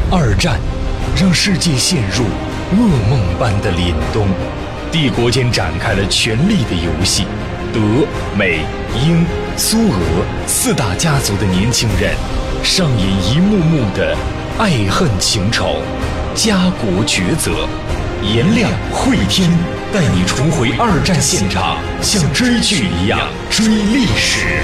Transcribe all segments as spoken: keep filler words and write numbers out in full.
二战让世界陷入噩梦般的凛冬，帝国间展开了权力的游戏。德、美、英、苏、俄四大家族的年轻人上演一幕幕的爱恨情仇、家国抉择。颜亮、慧天带你重回二战现场，像追剧一样追历史。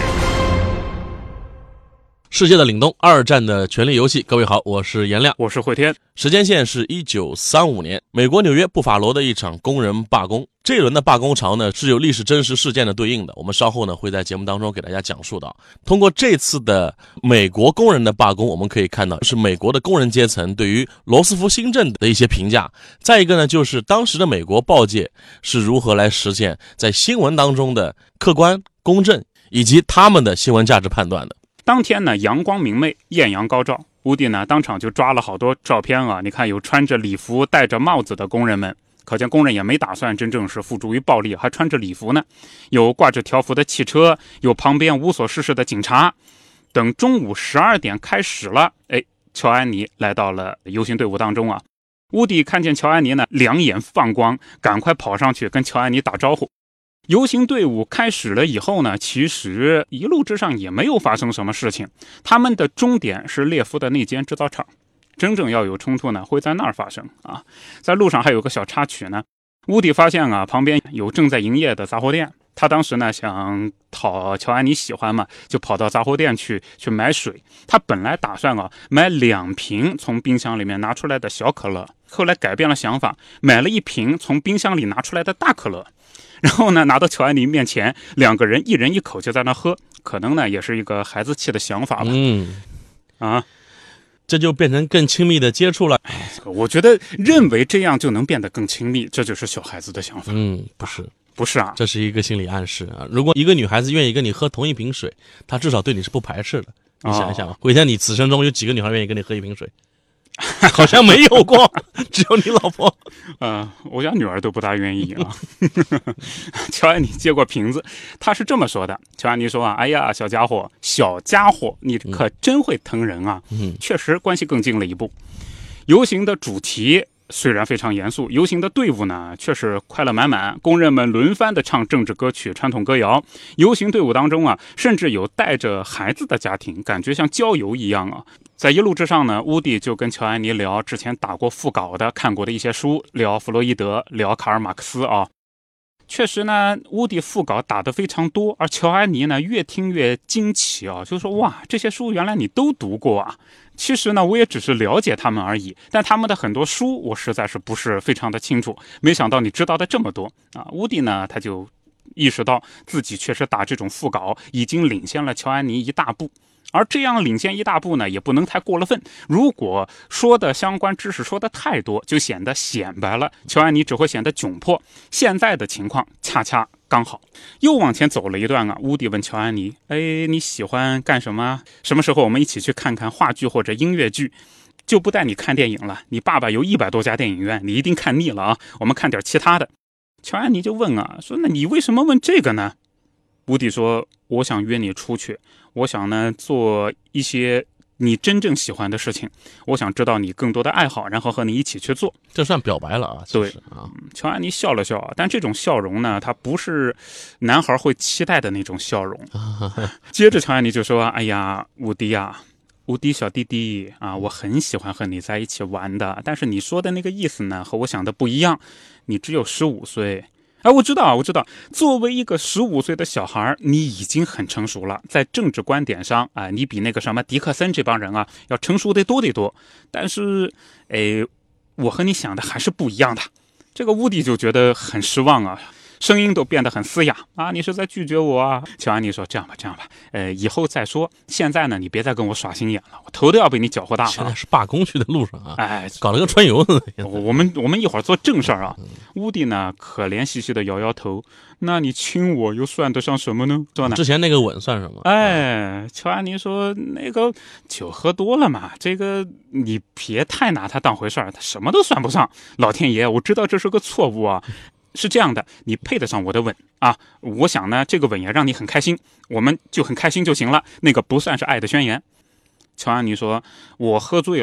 世界的凛冬，二战的权力游戏。各位好，我是颜亮， 我是慧天。 时间线是一九三五年，美国纽约布法罗的一场工人罢工。这一轮的罢工潮呢，是有历史真实事件的对应的，我们稍后呢会在节目当中给大家讲述到。通过这次的美国工人的罢工，我们可以看到是美国的工人阶层对于罗斯福新政的一些评价。再一个呢，就是当时的美国报界是如何来实现在新闻当中的客观、公正，以及他们的新闻价值判断的。 当天呢，阳光明媚，艳阳高照，乌迪呢当场就抓了好多照片啊！你看，有穿着礼服、戴着帽子的工人们，可见工人也没打算真正是付诸于暴力，还穿着礼服呢。有挂着条幅的汽车，有旁边无所事事的警察。等中午十二点开始了，哎，乔安妮来到了游行队伍当中啊。乌迪看见乔安妮呢，两眼放光，赶快跑上去跟乔安妮打招呼。游行队伍开始了以后呢，其实一路之上也没有发生什么事情。他们的终点是列夫的那间制造厂，真正要有冲突呢，会在那儿发生啊。在路上还有个小插曲呢，乌迪发现啊，旁边有正在营业的杂货店。他当时呢想讨乔安妮喜欢嘛，就跑到杂货店去去买水。他本来打算啊买两瓶从冰箱里面拿出来的小可乐，后来改变了想法，买了一瓶从冰箱里拿出来的大可乐。然后呢，拿到乔安妮面前，两个人一人一口就在那喝，可能呢也是一个孩子气的想法吧。 嗯， 啊， 这就变成更亲密的接触了。 我觉得认为这样就能变得更亲密，这就是小孩子的想法。 嗯，不是， 不是啊， 这是一个心理暗示啊。如果一个女孩子愿意跟你喝同一瓶水，她至少对你是不排斥的。你想一想啊，回想你此生中有几个女孩愿意跟你喝一瓶水？好像没有过，只有你老婆。 呃，我家女儿都不大愿意啊。乔安妮接过瓶子，她是这么说的：乔安妮说啊，哎呀，小家伙，小家伙，你可真会疼人啊。 嗯， 确实关系更近了一步。游行的主题虽然非常严肃，游行的队伍呢却是快乐满满，工人们轮番的唱政治歌曲、传统歌谣。游行队伍当中啊，甚至有带着孩子的家庭，感觉像郊游一样啊。在一路之上呢，乌迪就跟乔安妮聊之前打过副稿的、看过的一些书，聊弗洛伊德，聊卡尔马克思啊。确实呢，乌迪副稿打得非常多，而乔安妮呢越听越惊奇啊，就说哇，这些书原来你都读过啊。其实呢，我也只是了解他们而已，但他们的很多书我实在是不是非常的清楚，没想到你知道的这么多啊。乌迪呢，他就意识到自己确实打这种副稿已经领先了乔安妮一大步。而这样领先一大步呢，也不能太过了分。如果说的相关知识说的太多，就显得显摆了，乔安妮只会显得窘迫。现在的情况恰恰刚好。又往前走了一段啊，乌迪问乔安妮：“哎，你喜欢干什么？什么时候我们一起去看看话剧或者音乐剧？就不带你看电影了，你爸爸有一百多家电影院，你一定看腻了啊！我们看点其他的。”乔安妮就问啊，说：“那你为什么问这个呢？”乌迪说：“我想约你出去。”我想呢，做一些你真正喜欢的事情。我想知道你更多的爱好，然后和你一起去做。 这算表白了啊！ 对啊， 乔安妮笑了笑，但这种笑容呢，它不是男孩会期待的那种笑容。接着，乔安妮就说：“哎呀，乌迪呀，乌迪小弟弟啊，我很喜欢和你在一起玩的，但是你说的那个意思呢，和我想的不一样。你只有十五岁。”哎，我知道，我知道，作为一个十五岁的小孩，你已经很成熟了，在政治观点上啊，你比那个什么迪克森这帮人啊要成熟得多得多。但是，哎，我和你想的还是不一样的。这个乌迪就觉得很失望啊，声音都变得很嘶哑啊！你是在拒绝我啊？乔安妮说：“这样吧，这样吧，呃，以后再说。现在呢，你别再跟我耍心眼了，我头都要被你搅和大了。” 现在是罢工去的路上啊！ 哎， 搞了个春游呢。 我们我们一会儿做正事儿啊。乌迪呢，可怜兮兮的摇摇头。那你亲我又算得上什么呢？说呢？ 之前那个吻算什么？ 哎，乔安妮说：“那个酒喝多了嘛，这个你别太拿他当回事儿，他什么都算不上。老天爷，我知道这是个错误啊。”是这样的，你配得上我的吻啊！我想呢，这个吻也让你很开心，我们就很开心就行了。那个不算是爱的宣言。乔安妮说：“我喝醉了，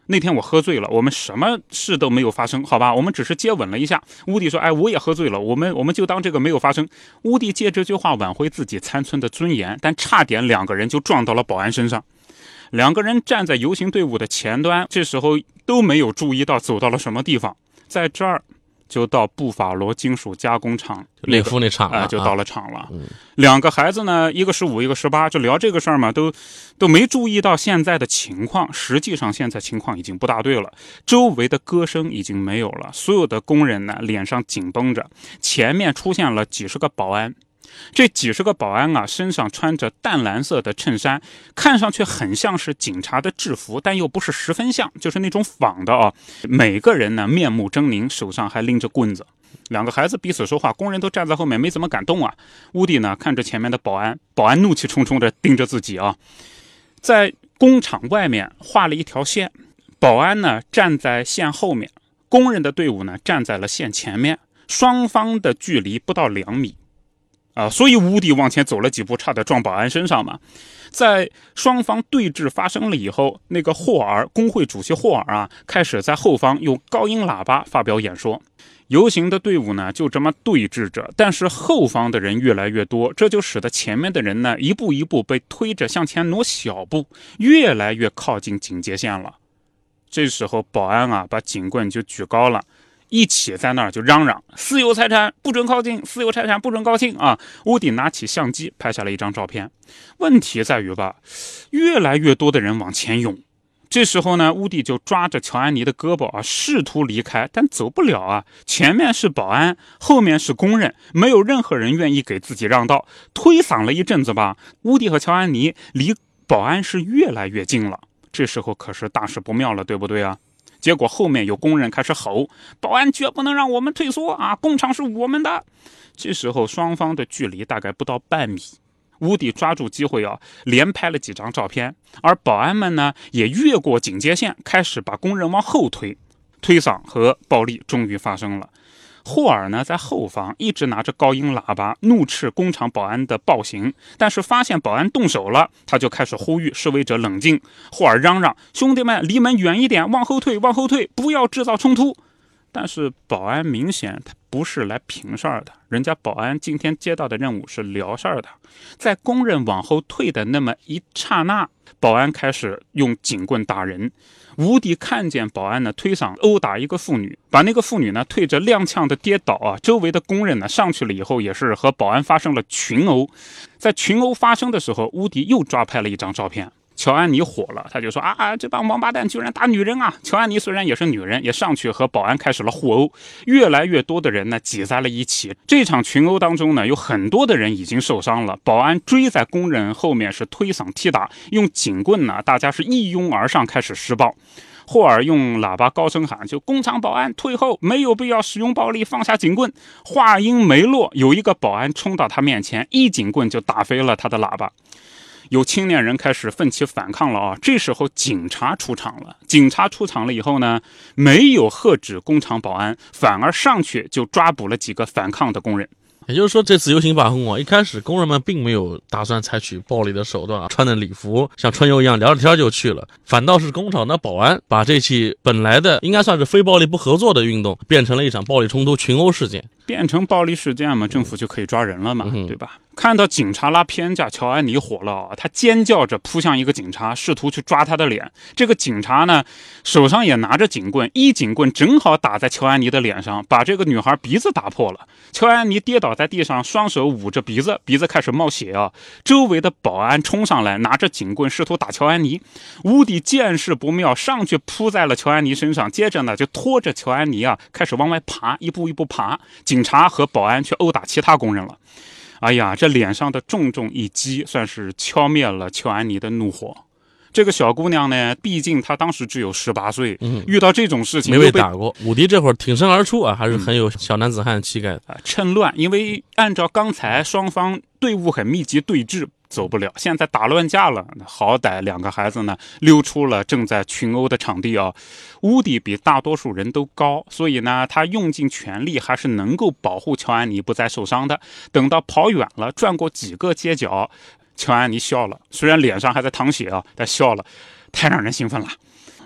那天我喝醉了，我们什么事都没有发生，好吧，我们只是接吻了一下。乌迪说，哎，我也喝醉了，我们我们就当这个没有发生。乌迪借这句话挽回自己残存的尊严，但差点两个人就撞到了保安身上。两个人站在游行队伍的前端，这时候都没有注意到走到了什么地方，在这儿就到布法罗金属加工厂列夫那厂了、 呃、就到了厂了、啊嗯、 两个孩子呢，一个十五一个十八，就聊这个事儿嘛，都都没注意到现在的情况。实际上现在情况已经不大对了，周围的歌声已经没有了，所有的工人呢脸上紧绷着，前面出现了几十个保安。这几十个保安啊，身上穿着淡蓝色的衬衫，看上去很像是警察的制服，但又不是十分像，就是那种仿的啊。每个人呢面目狰狞，手上还拎着棍子。两个孩子彼此说话，工人都站在后面没怎么敢动啊。乌迪呢看着前面的保安，保安怒气冲冲地盯着自己啊。在工厂外面画了一条线，保安呢站在线后面，工人的队伍呢站在了线前面，双方的距离不到两米。啊，所以乌迪往前走了几步，差点撞保安身上嘛。在双方对峙发生了以后，那个霍尔工会主席霍尔啊，开始在后方用高音喇叭发表演说。游行的队伍呢就这么对峙着，但是后方的人越来越多，这就使得前面的人呢一步一步被推着向前挪小步，越来越靠近警戒线了。这时候保安啊把警棍就举高了，一起在那儿就嚷嚷，私有财产不准靠近，私有财产不准靠近啊！乌迪拿起相机拍下了一张照片。问题在于吧，越来越多的人往前涌。这时候呢，乌迪就抓着乔安妮的胳膊啊，试图离开，但走不了啊。前面是保安，后面是工人，没有任何人愿意给自己让道。推搡了一阵子吧，乌迪和乔安妮离保安是越来越近了。这时候可是大事不妙了，对不对啊？结果后面有工人开始吼，保安绝不能让我们退缩啊，工厂是我们的。这时候双方的距离大概不到半米，乌迪抓住机会啊，连拍了几张照片，而保安们呢也越过警戒线，开始把工人往后推，推搡和暴力终于发生了。霍尔呢在后方一直拿着高音喇叭怒斥工厂保安的暴行，但是发现保安动手了，他就开始呼吁示威者冷静。霍尔嚷嚷，兄弟们离门远一点，往后退往后退，不要制造冲突。但是保安明显他不是来平事儿的，人家保安今天接到的任务是聊事儿的。在工人往后退的那么一刹那，保安开始用警棍打人。乌迪看见保安呢推搡殴打一个妇女，把那个妇女呢推着踉跄的跌倒啊。周围的工人呢上去了以后，也是和保安发生了群殴。在群殴发生的时候，乌迪又抓拍了一张照片。乔安妮火了，他就说啊，这帮王八蛋居然打女人啊！乔安妮虽然也是女人，也上去和保安开始了互殴。越来越多的人呢挤在了一起。这场群殴当中呢，有很多的人已经受伤了。保安追在工人后面是推搡踢打，用警棍呢，大家是一拥而上开始施暴。霍尔用喇叭高声喊，就工厂保安退后，没有必要使用暴力，放下警棍。话音没落，有一个保安冲到他面前，一警棍就打飞了他的喇叭。有青年人开始奋起反抗了啊！这时候警察出场了。警察出场了以后呢，没有喝止工厂保安，反而上去就抓捕了几个反抗的工人。 也就是说，这次游行罢工啊，一开始工人们并没有打算采取暴力的手段啊，穿的礼服像春游一样聊着天就去了，反倒是工厂的保安把这起本来的应该算是非暴力不合作的运动，变成了一场暴力冲突群殴事件。 变成暴力事件嘛，政府就可以抓人了嘛， 嗯、 对吧？看到警察拉偏架，乔安妮火了啊，他尖叫着扑向一个警察，试图去抓他的脸。这个警察呢，手上也拿着警棍，一警棍正好打在乔安妮的脸上，把这个女孩鼻子打破了。乔安妮跌倒在地上，双手捂着鼻子，鼻子开始冒血啊。周围的保安冲上来，拿着警棍试图打乔安妮。乌迪见势不妙，上去扑在了乔安妮身上，接着呢就拖着乔安妮啊开始往外爬，一步一步爬。警察和保安去殴打其他工人了。哎呀，这脸上的重重一击算是敲灭了乔安妮的怒火。这个小姑娘呢，毕竟她当时只有十八岁，嗯，遇到这种事情没被打过。武迪这会儿挺身而出啊，还是很有小男子汉的气概的、 嗯呃、趁乱，因为按照刚才双方队伍很密集对峙，走不了，现在打乱架了，好歹两个孩子呢溜出了正在群殴的场地啊。乌迪比大多数人都高，所以呢他用尽全力还是能够保护乔安妮不再受伤的。等到跑远了，转过几个街角，乔安妮笑了，虽然脸上还在淌血啊，但笑了，太让人兴奋了。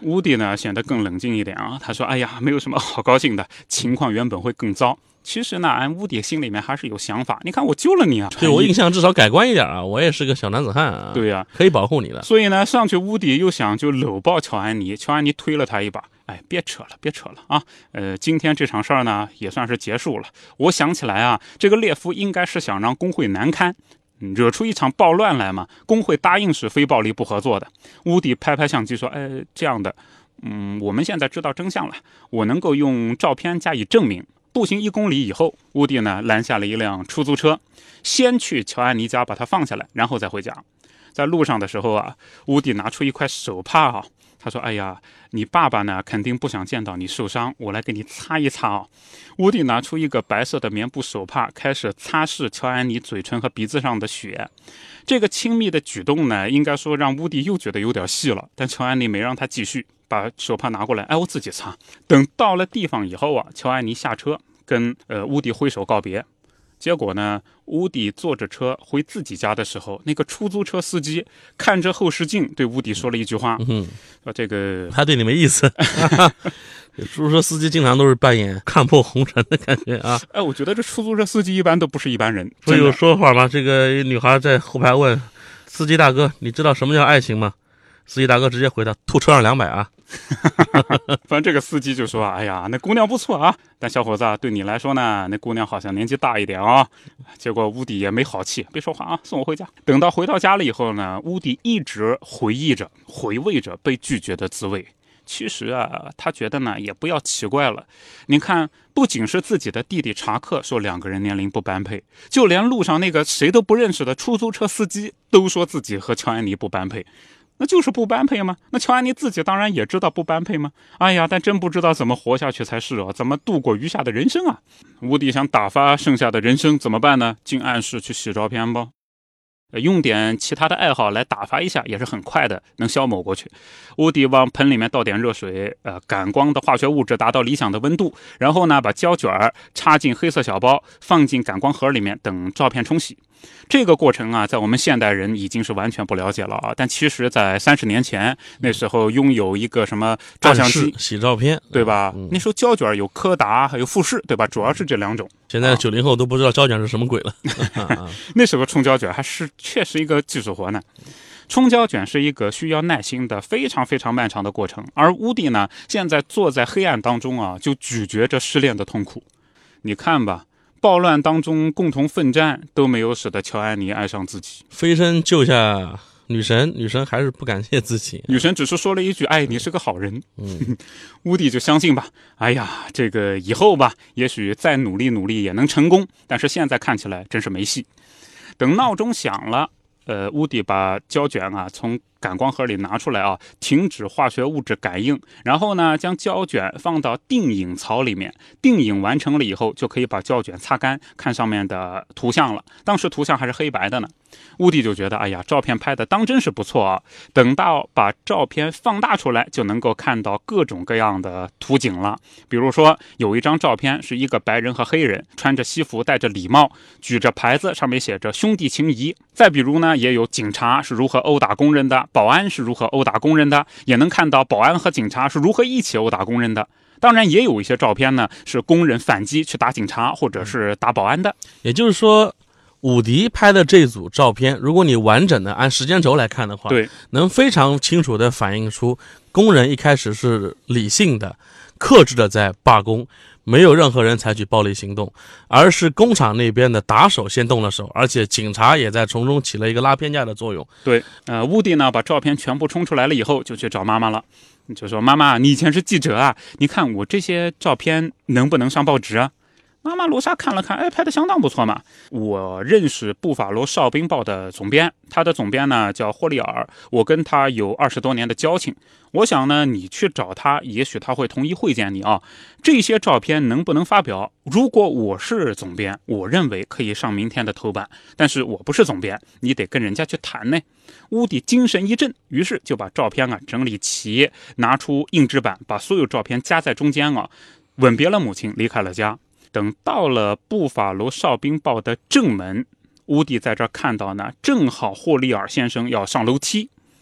乌迪呢显得更冷静一点啊，他说：“哎呀，没有什么好高兴的，情况原本会更糟。”其实呢，俺乌迪心里面还是有想法。你看，我救了你啊， 对我印象至少改观一点啊，我也是个小男子汉啊。 对呀、啊， 可以保护你的。 所以呢，上去乌迪又想就搂抱乔安妮，乔安妮推了他一把，哎，别扯了，别扯了啊！呃，今天这场事儿呢也算是结束了。我想起来啊，这个列夫应该是想让工会难堪。惹出一场暴乱来嘛，工会答应是非暴力不合作的。乌迪拍拍相机说：“哎，这样的，嗯，我们现在知道真相了，我能够用照片加以证明。”步行一公里以后，乌迪呢拦下了一辆出租车，先去乔安妮家把她放下来，然后再回家。在路上的时候啊，乌迪拿出一块手帕啊，他说：“哎呀，你爸爸呢肯定不想见到你受伤，我来给你擦一擦啊。”乌迪拿出一个白色的棉布手帕，开始擦拭乔安妮嘴唇和鼻子上的血。这个亲密的举动呢，应该说让乌迪又觉得有点细了，但乔安妮没让他继续，把手帕拿过来，哎，我自己擦。等到了地方以后啊，乔安妮下车跟呃乌迪挥手告别。结果呢，乌迪坐着车回自己家的时候，那个出租车司机看着后视镜对乌迪说了一句话， 嗯， 说这个他对你没意思。出租车司机经常都是扮演看破红尘的感觉啊。 哎，我觉得这出租车司机一般都不是一般人。 不是有说法吗？这个女孩在后排问司机大哥：“你知道什么叫爱情吗？”司机大哥直接回答：“吐车上两百啊。” 反正这个司机就说：“哎呀，那姑娘不错啊，但小伙子啊，对你来说呢，那姑娘好像年纪大一点啊。”结果乌迪也没好气，别说话啊，送我回家。等到回到家了以后呢，乌迪一直回忆着、回味着被拒绝的滋味。其实啊，他觉得呢也不要奇怪了。你看，不仅是自己的弟弟查克说两个人年龄不般配，就连路上那个谁都不认识的出租车司机都说自己和乔安妮不般配。那就是不般配吗？那乔安妮自己当然也知道不般配吗？哎呀，但真不知道怎么活下去才是哦，怎么度过余下的人生啊？乌迪想打发剩下的人生怎么办呢？进暗室去洗照片吧。用点其他的爱好来打发一下也是很快的，能消磨过去。乌迪往盆里面倒点热水，呃，感光的化学物质达到理想的温度，然后呢，把胶卷插进黑色小包，放进感光盒里面，等照片冲洗。这个过程啊，在我们现代人已经是完全不了解了啊。但其实，在三十年前，那时候拥有一个什么照相机洗照片， 对吧？ 嗯、 那时候胶卷有柯达，还有富士，对吧？主要是这两种。 现在九零后都不知道胶卷是什么鬼了。 那时候冲胶卷还是确实一个技术活呢。冲胶卷是一个需要耐心的非常非常漫长的过程，而乌迪呢，现在坐在黑暗当中啊，就咀嚼着失恋的痛苦。你看吧。暴乱当中共同奋战都没有使得乔安妮爱上自己， 飞身救下女神，女神还是不感谢自己， 女神只是说了一句：“哎，你是个好人。” 嗯， 乌迪就相信吧。哎呀，这个以后吧，也许再努力努力也能成功，但是现在看起来真是没戏。等闹钟响了，呃，乌迪把胶卷啊从感光盒里拿出来啊，停止化学物质感应，然后呢，将胶卷放到定影槽里面。定影完成了以后，就可以把胶卷擦干，看上面的图像了。当时图像还是黑白的呢。乌迪就觉得，哎呀，照片拍的当真是不错啊。等到把照片放大出来，就能够看到各种各样的图景了。比如说，有一张照片是一个白人和黑人，穿着西服，戴着礼帽，举着牌子，上面写着兄弟情谊。再比如呢，也有警察是如何殴打工人的，保安是如何殴打工人的，也能看到保安和警察是如何一起殴打工人的。当然也有一些照片呢，是工人反击去打警察或者是打保安的。 也就是说，伍迪拍的这组照片，如果你完整的按时间轴来看的话， 对， 能非常清楚的反映出工人一开始是理性的、克制的在罢工，没有任何人采取暴力行动，而是工厂那边的打手先动了手，而且警察也在从中起了一个拉偏架的作用。 对，呃，乌迪呢把照片全部冲出来了以后，就去找妈妈了，就说：“妈妈，你以前是记者啊，你看我这些照片能不能上报纸啊？”妈妈罗莎看了看，哎，拍的相当不错嘛。我认识《布法罗哨兵报》的总编，他的总编呢叫霍利尔，我跟他有二十多年的交情。我想呢，你去找他，也许他会同意会见你啊。这些照片能不能发表？如果我是总编，我认为可以上明天的头版，但是我不是总编，你得跟人家去谈呢。乌迪精神一振，于是就把照片啊整理齐，拿出硬纸板，把所有照片夹在中间啊，吻别了母亲，离开了家。等到了布法罗哨兵报的正门，乌迪在这儿看到呢，正好霍利尔先生要上楼梯。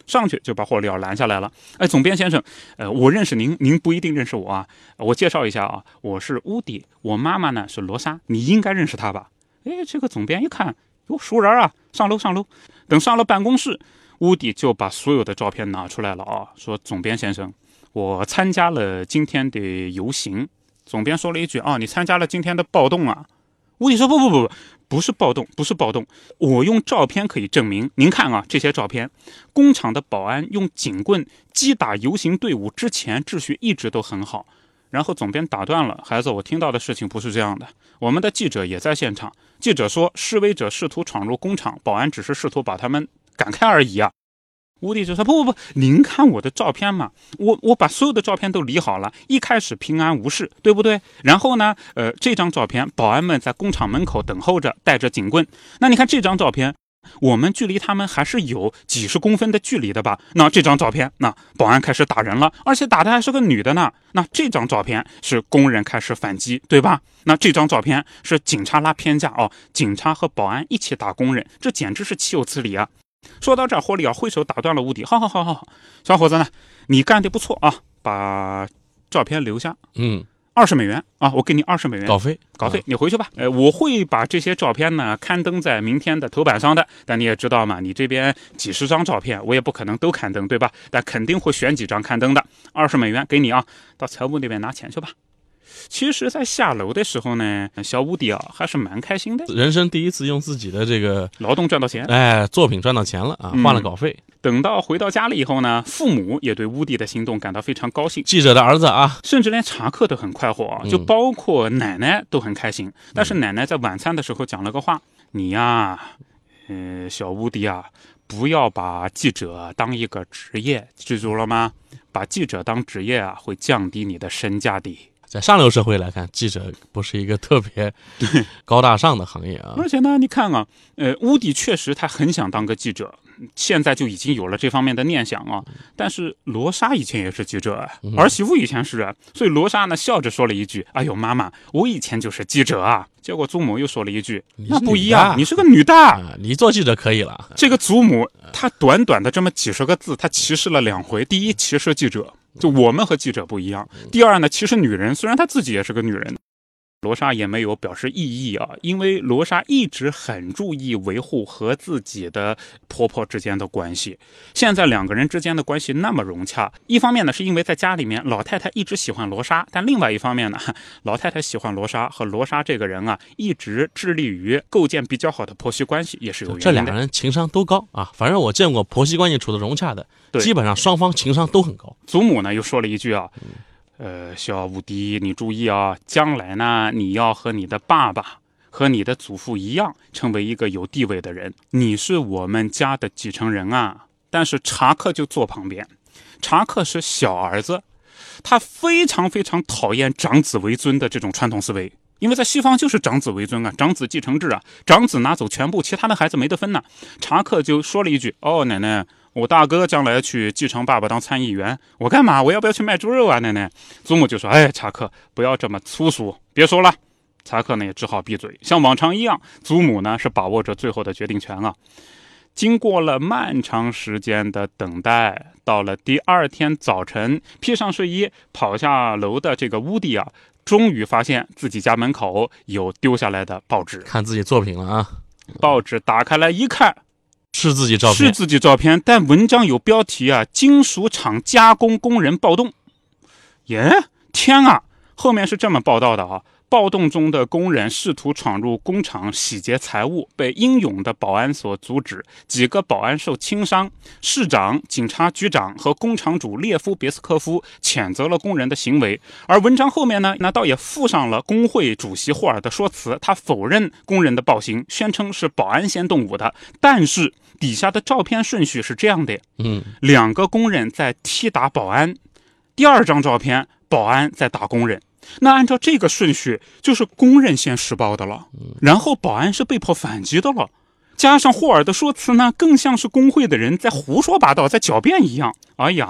上去就把霍里尔拦下来了。哎，总编先生，呃，我认识您，您不一定认识我啊。我介绍一下啊，我是乌迪，我妈妈呢是罗莎，你应该认识她吧？哎，这个总编一看，哟，熟人啊，上楼上楼。等上了办公室，乌迪就把所有的照片拿出来了啊，说总编先生，我参加了今天的游行。总编说了一句啊，你参加了今天的暴动啊？乌迪说不不不不，不是暴动，不是暴动，我用照片可以证明。您看啊，这些照片，工厂的保安用警棍击打游行队伍之前，秩序一直都很好。然后总编打断了，孩子，我听到的事情不是这样的，我们的记者也在现场。记者说，示威者试图闯入工厂，保安只是试图把他们赶开而已啊。乌迪就说不不不，您看我的照片嘛，我我把所有的照片都理好了，一开始平安无事，对不对？然后呢，呃，这张照片，保安们在工厂门口等候着，带着警棍。那你看这张照片，我们距离他们还是有几十公分的距离的吧？那这张照片，那保安开始打人了，而且打的还是个女的呢。那这张照片是工人开始反击，对吧？那这张照片是警察拉偏架哦，警察和保安一起打工人，这简直是岂有此理啊！说到这儿，霍里尔挥手打断了乌迪。好好好好好，小伙子呢，你干得不错啊，把照片留下。 嗯， 二十美元啊，我给你二十美元稿费， 稿费，你回去吧。呃，我会把这些照片呢刊登在明天的头版上的。但你也知道嘛，你这边几十张照片，我也不可能都刊登，对吧？但肯定会选几张刊登的。二十美元给你啊，到财务那边拿钱去吧。其实在下楼的时候呢，小乌迪啊还是蛮开心的， 人生第一次用自己的这个劳动赚到钱， 哎，作品赚到钱了啊，换了稿费。 嗯，等到回到家了以后呢，父母也对乌迪的行动感到非常高兴。 记者的儿子啊， 甚至连查克都很快活啊，就包括奶奶都很开心。嗯、但是奶奶在晚餐的时候讲了个话：“你呀，呃，小乌迪啊，不要把记者当一个职业，记住了吗？把记者当职业啊，会降低你的身价的。” 在上流社会来看，记者不是一个特别高大上的行业啊。 而且呢，你看啊，呃，乌迪确实他很想当个记者，现在就已经有了这方面的念想啊。但是罗莎以前也是记者啊，儿媳妇以前是啊，所以罗莎呢笑着说了一句：“哎呦，妈妈，我以前就是记者啊。”结果祖母又说了一句：“那不一样，你是个女的， 啊，你做记者可以了。” 这个祖母她短短的这么几十个字，她歧视了两回。第一，歧视记者。就我们和记者不一样。第二呢，其实女人虽然她自己也是个女人，罗莎也没有表示异议啊，因为罗莎一直很注意维护和自己的婆婆之间的关系。现在两个人之间的关系那么融洽，一方面呢是因为在家里面老太太一直喜欢罗莎，但另外一方面呢，老太太喜欢罗莎和罗莎这个人啊，一直致力于构建比较好的婆媳关系，也是有原因的。 这两个人情商都高啊，反正我见过婆媳关系处得融洽的，基本上双方情商都很高。 祖母呢又说了一句啊，呃，小乌迪，你注意啊，将来呢，你要和你的爸爸和你的祖父一样，成为一个有地位的人。你是我们家的继承人啊。但是查克就坐旁边，查克是小儿子，他非常非常讨厌长子为尊的这种传统思维。因为在西方就是长子为尊啊，长子继承制啊，长子拿走全部，其他的孩子没得分呢。查克就说了一句：“哦，奶奶，我大哥将来去继承爸爸当参议员，我干嘛？我要不要去卖猪肉啊？”奶奶，祖母就说：“哎，查克，不要这么粗俗，别说了。”查克呢也只好闭嘴。像往常一样，祖母呢是把握着最后的决定权啊。经过了漫长时间的等待，到了第二天早晨，披上睡衣跑下楼的这个乌迪啊，终于发现自己家门口有丢下来的报纸， 看自己作品了啊！ 报纸打开来一看， 是自己照片， 是自己照片，但文章有标题啊：金属厂加工工人暴动。耶，天啊！后面是这么报道的啊。暴动中的工人试图闯入工厂洗劫财物，被英勇的保安所阻止，几个保安受轻伤。市长、警察局长和工厂主列夫·别斯科夫谴责了工人的行为。而文章后面呢，那倒也附上了工会主席霍尔的说辞，他否认工人的暴行，宣称是保安先动武的。但是底下的照片顺序是这样的： 嗯， 两个工人在踢打保安，第二张照片保安在打工人。那按照这个顺序，就是工人先施暴的了，然后保安是被迫反击的了。加上霍尔的说辞呢，更像是工会的人在胡说八道，在狡辩一样。哎呀，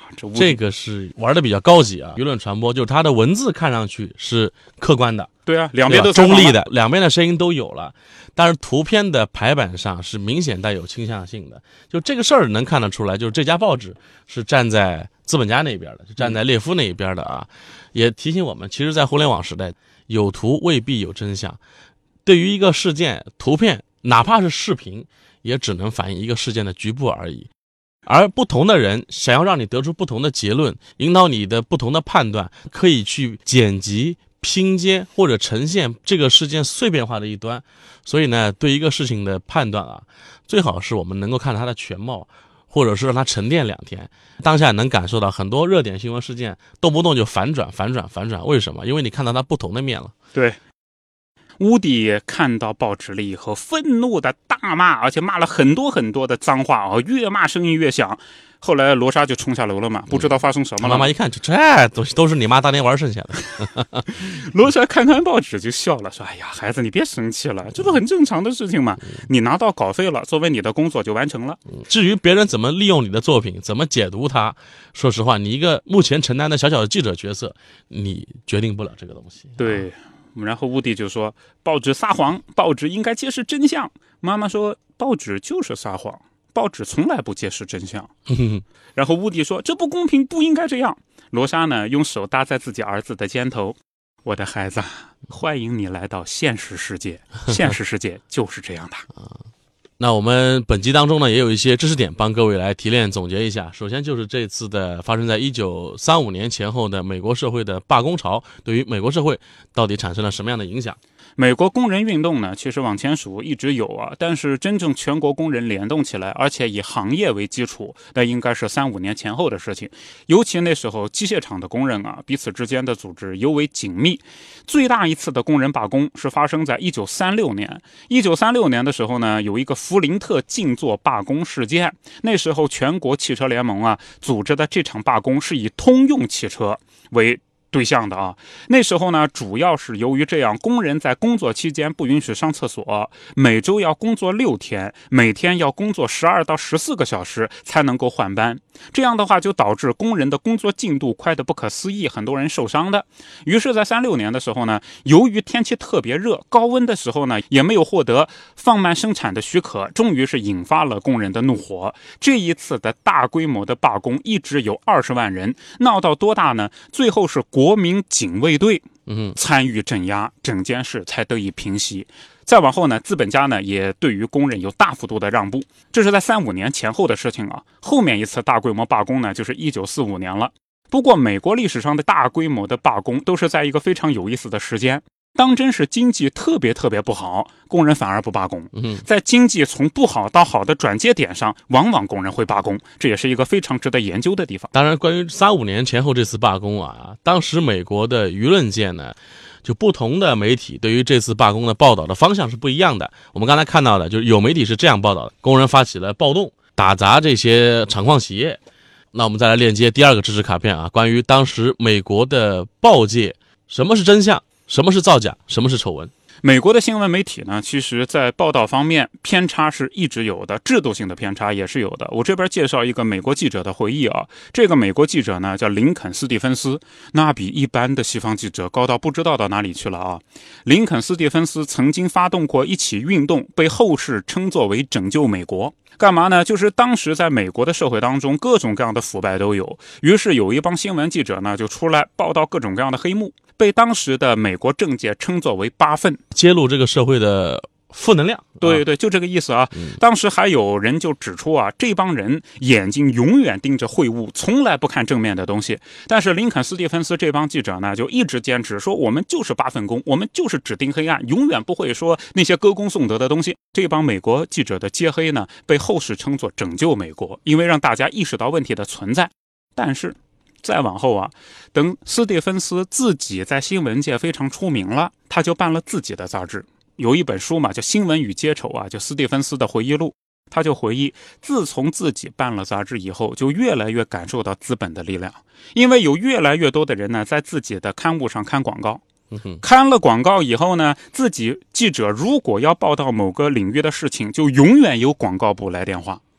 这这个是玩的比较高级啊，舆论传播就是他的文字看上去是客观的， 对啊，两边都中立的，两边的声音都有了，但是图片的排版上是明显带有倾向性的。就这个事儿能看得出来，就是这家报纸是站在资本家那边的，是站在列夫那一边的啊。也提醒我们，其实，在互联网时代，有图未必有真相。对于一个事件，图片哪怕是视频，也只能反映一个事件的局部而已。而不同的人想要让你得出不同的结论，引导你的不同的判断，可以去剪辑、拼接或者呈现这个事件碎片化的一端。所以呢，对一个事情的判断啊，最好是我们能够看到它的全貌，或者是让它沉淀两天。当下能感受到很多热点新闻事件动不动就反转反转反转，为什么？因为你看到它不同的面了。 对，乌迪看到报纸了以后，愤怒的大骂，而且骂了很多很多的脏话啊，越骂声音越响。后来罗莎就冲下楼了嘛，不知道发生什么了。 妈妈一看，这东西都是你妈当年玩剩下的。 罗莎看看报纸就笑了，说：“哎呀，孩子，你别生气了，这不很正常的事情嘛。你拿到稿费了，作为你的工作就完成了。 至于别人怎么利用你的作品，怎么解读它，说实话，你一个目前承担的小小的记者角色，你决定不了这个东西。” 对。然后乌迪就说：“报纸撒谎，报纸应该揭示真相。”妈妈说：“报纸就是撒谎。”报纸从来不揭示真相。然后乌迪说：“这不公平，不应该这样。”罗莎呢，用手搭在自己儿子的肩头：“我的孩子，欢迎你来到现实世界，现实世界就是这样的。” 那我们本集当中呢，也有一些知识点帮各位来提炼总结一下。首先就是这次的发生在一九三五年前后的美国社会的罢工潮，对于美国社会到底产生了什么样的影响？ 美国工人运动呢，其实往前数一直有啊，但是真正全国工人联动起来，而且以行业为基础，那应该是三五年前后的事情。尤其那时候机械厂的工人啊，彼此之间的组织尤为紧密。最大一次的工人罢工是发生在一九三六年。一九三六年的时候呢，有一个弗林特静坐罢工事件。那时候全国汽车联盟啊组织的这场罢工是以通用汽车为对象的啊，那时候呢，主要是由于这样，工人在工作期间不允许上厕所，每周要工作六天，每天要工作十二到十四个小时才能够换班。这样的话，就导致工人的工作进度快得不可思议，很多人受伤的。于是，在三六年的时候呢，由于天气特别热，高温的时候呢，也没有获得放慢生产的许可，终于是引发了工人的怒火。这一次的大规模的罢工，一直有二十万人，闹到多大呢？最后是国民警卫队参与镇压，整件事才得以平息。再往后呢，资本家呢也对于工人有大幅度的让步，这是在三五年前后的事情啊。后面一次大规模罢工呢，就是一九四五年了。不过，美国历史上的大规模的罢工都是在一个非常有意思的时间。当真是经济特别特别不好，工人反而不罢工。在经济从不好到好的转接点上，往往工人会罢工，这也是一个非常值得研究的地方。 当然，关于三五年前后这次罢工啊，当时美国的舆论界呢，就不同的媒体对于这次罢工的报道的方向是不一样的。我们刚才看到的，就是有媒体是这样报道的：工人发起了暴动，打砸这些厂矿企业。那我们再来链接第二个知识卡片啊，关于当时美国的报界，什么是真相？什么是造假？什么是丑闻？ 美国的新闻媒体呢，其实在报道方面偏差是一直有的，制度性的偏差也是有的。我这边介绍一个美国记者的回忆啊，这个美国记者呢叫林肯·斯蒂芬斯，那比一般的西方记者高到不知道到哪里去了啊。林肯·斯蒂芬斯曾经发动过一起运动，被后世称作为拯救美国。干嘛呢？就是当时在美国的社会当中，各种各样的腐败都有，于是有一帮新闻记者呢就出来报道各种各样的黑幕，被当时的美国政界称作为八份， 揭露这个社会的负能量。 对对，就这个意思啊。嗯、当时还有人就指出啊，这帮人眼睛永远盯着秽物，从来不看正面的东西。但是林肯·斯蒂芬斯这帮记者呢，就一直坚持说，我们就是八份工，我们就是只盯黑暗，永远不会说那些歌功颂德的东西。这帮美国记者的揭黑呢，被后世称作拯救美国，因为让大家意识到问题的存在。但是再往后啊，等斯蒂芬斯自己在新闻界非常出名了，他就办了自己的杂志。有一本书嘛，叫《新闻与街丑》啊，就斯蒂芬斯的回忆录。他就回忆，自从自己办了杂志以后，就越来越感受到资本的力量，因为有越来越多的人呢，在自己的刊物上看广告。看了广告以后呢，自己记者如果要报道某个领域的事情，就永远有广告部来电话。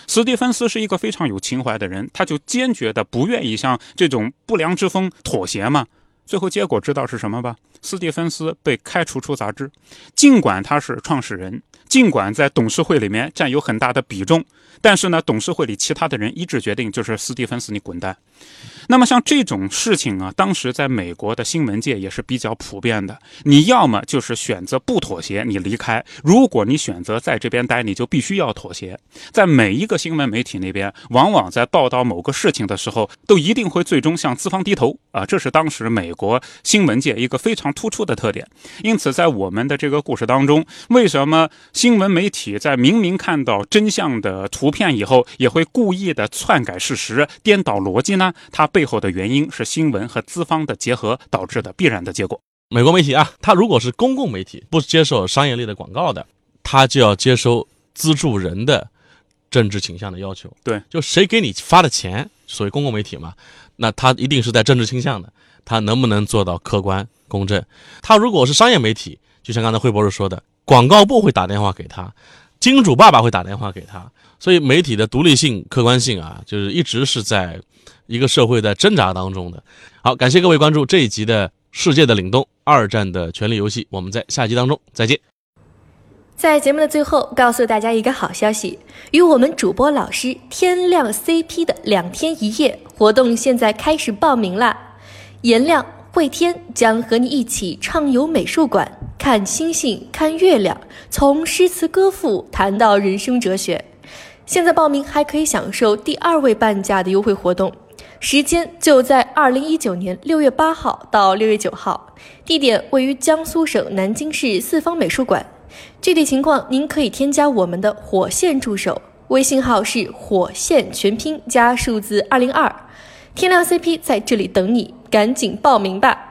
史蒂芬斯是一个非常有情怀的人，他就坚决的不愿意向这种不良之风妥协嘛。最后结果知道是什么吧？史蒂芬斯被开除出杂志，尽管他是创始人，尽管在董事会里面占有很大的比重，但是呢，董事会里其他的人一致决定，就是史蒂芬斯你滚蛋。那么像这种事情啊，当时在美国的新闻界也是比较普遍的。你要么就是选择不妥协，你离开；如果你选择在这边待，你就必须要妥协。在每一个新闻媒体那边，往往在报道某个事情的时候，都一定会最终向资方低头啊，这是当时美国新闻界一个非常突出的特点。因此，在我们的这个故事当中，为什么新闻媒体在明明看到真相的图片以后，也会故意的篡改事实、颠倒逻辑呢？它背后的原因是新闻和资方的结合导致的必然的结果。 美国媒体啊，它如果是公共媒体，不接受商业类的广告的，它就要接收资助人的政治倾向的要求。 对， 就谁给你发的钱，所谓公共媒体嘛，那它一定是在政治倾向的，它能不能做到客观公正？它如果是商业媒体，就像刚才惠博士说的，广告部会打电话给他，金主爸爸会打电话给他，所以媒体的独立性、客观性啊，就是一直是在一个社会的挣扎当中的。好，感谢各位关注这一集的世界的凛冬二战的权力游戏，我们在下集当中再见。 在节目的最后告诉大家一个好消息，与我们主播老师天亮 C P 的两天一夜活动现在开始报名啦！颜亮、慧天将和你一起畅游美术馆，看星星，看月亮，从诗词歌赋谈到人生哲学。现在报名还可以享受第二位半价的优惠活动，时间就在二零一九年六月八号到六月九号，地点位于江苏省南京市四方美术馆。具体情况您可以添加我们的火线助手，微信号是火线全拼加数字二零二，天亮 C P 在这里等你，赶紧报名吧。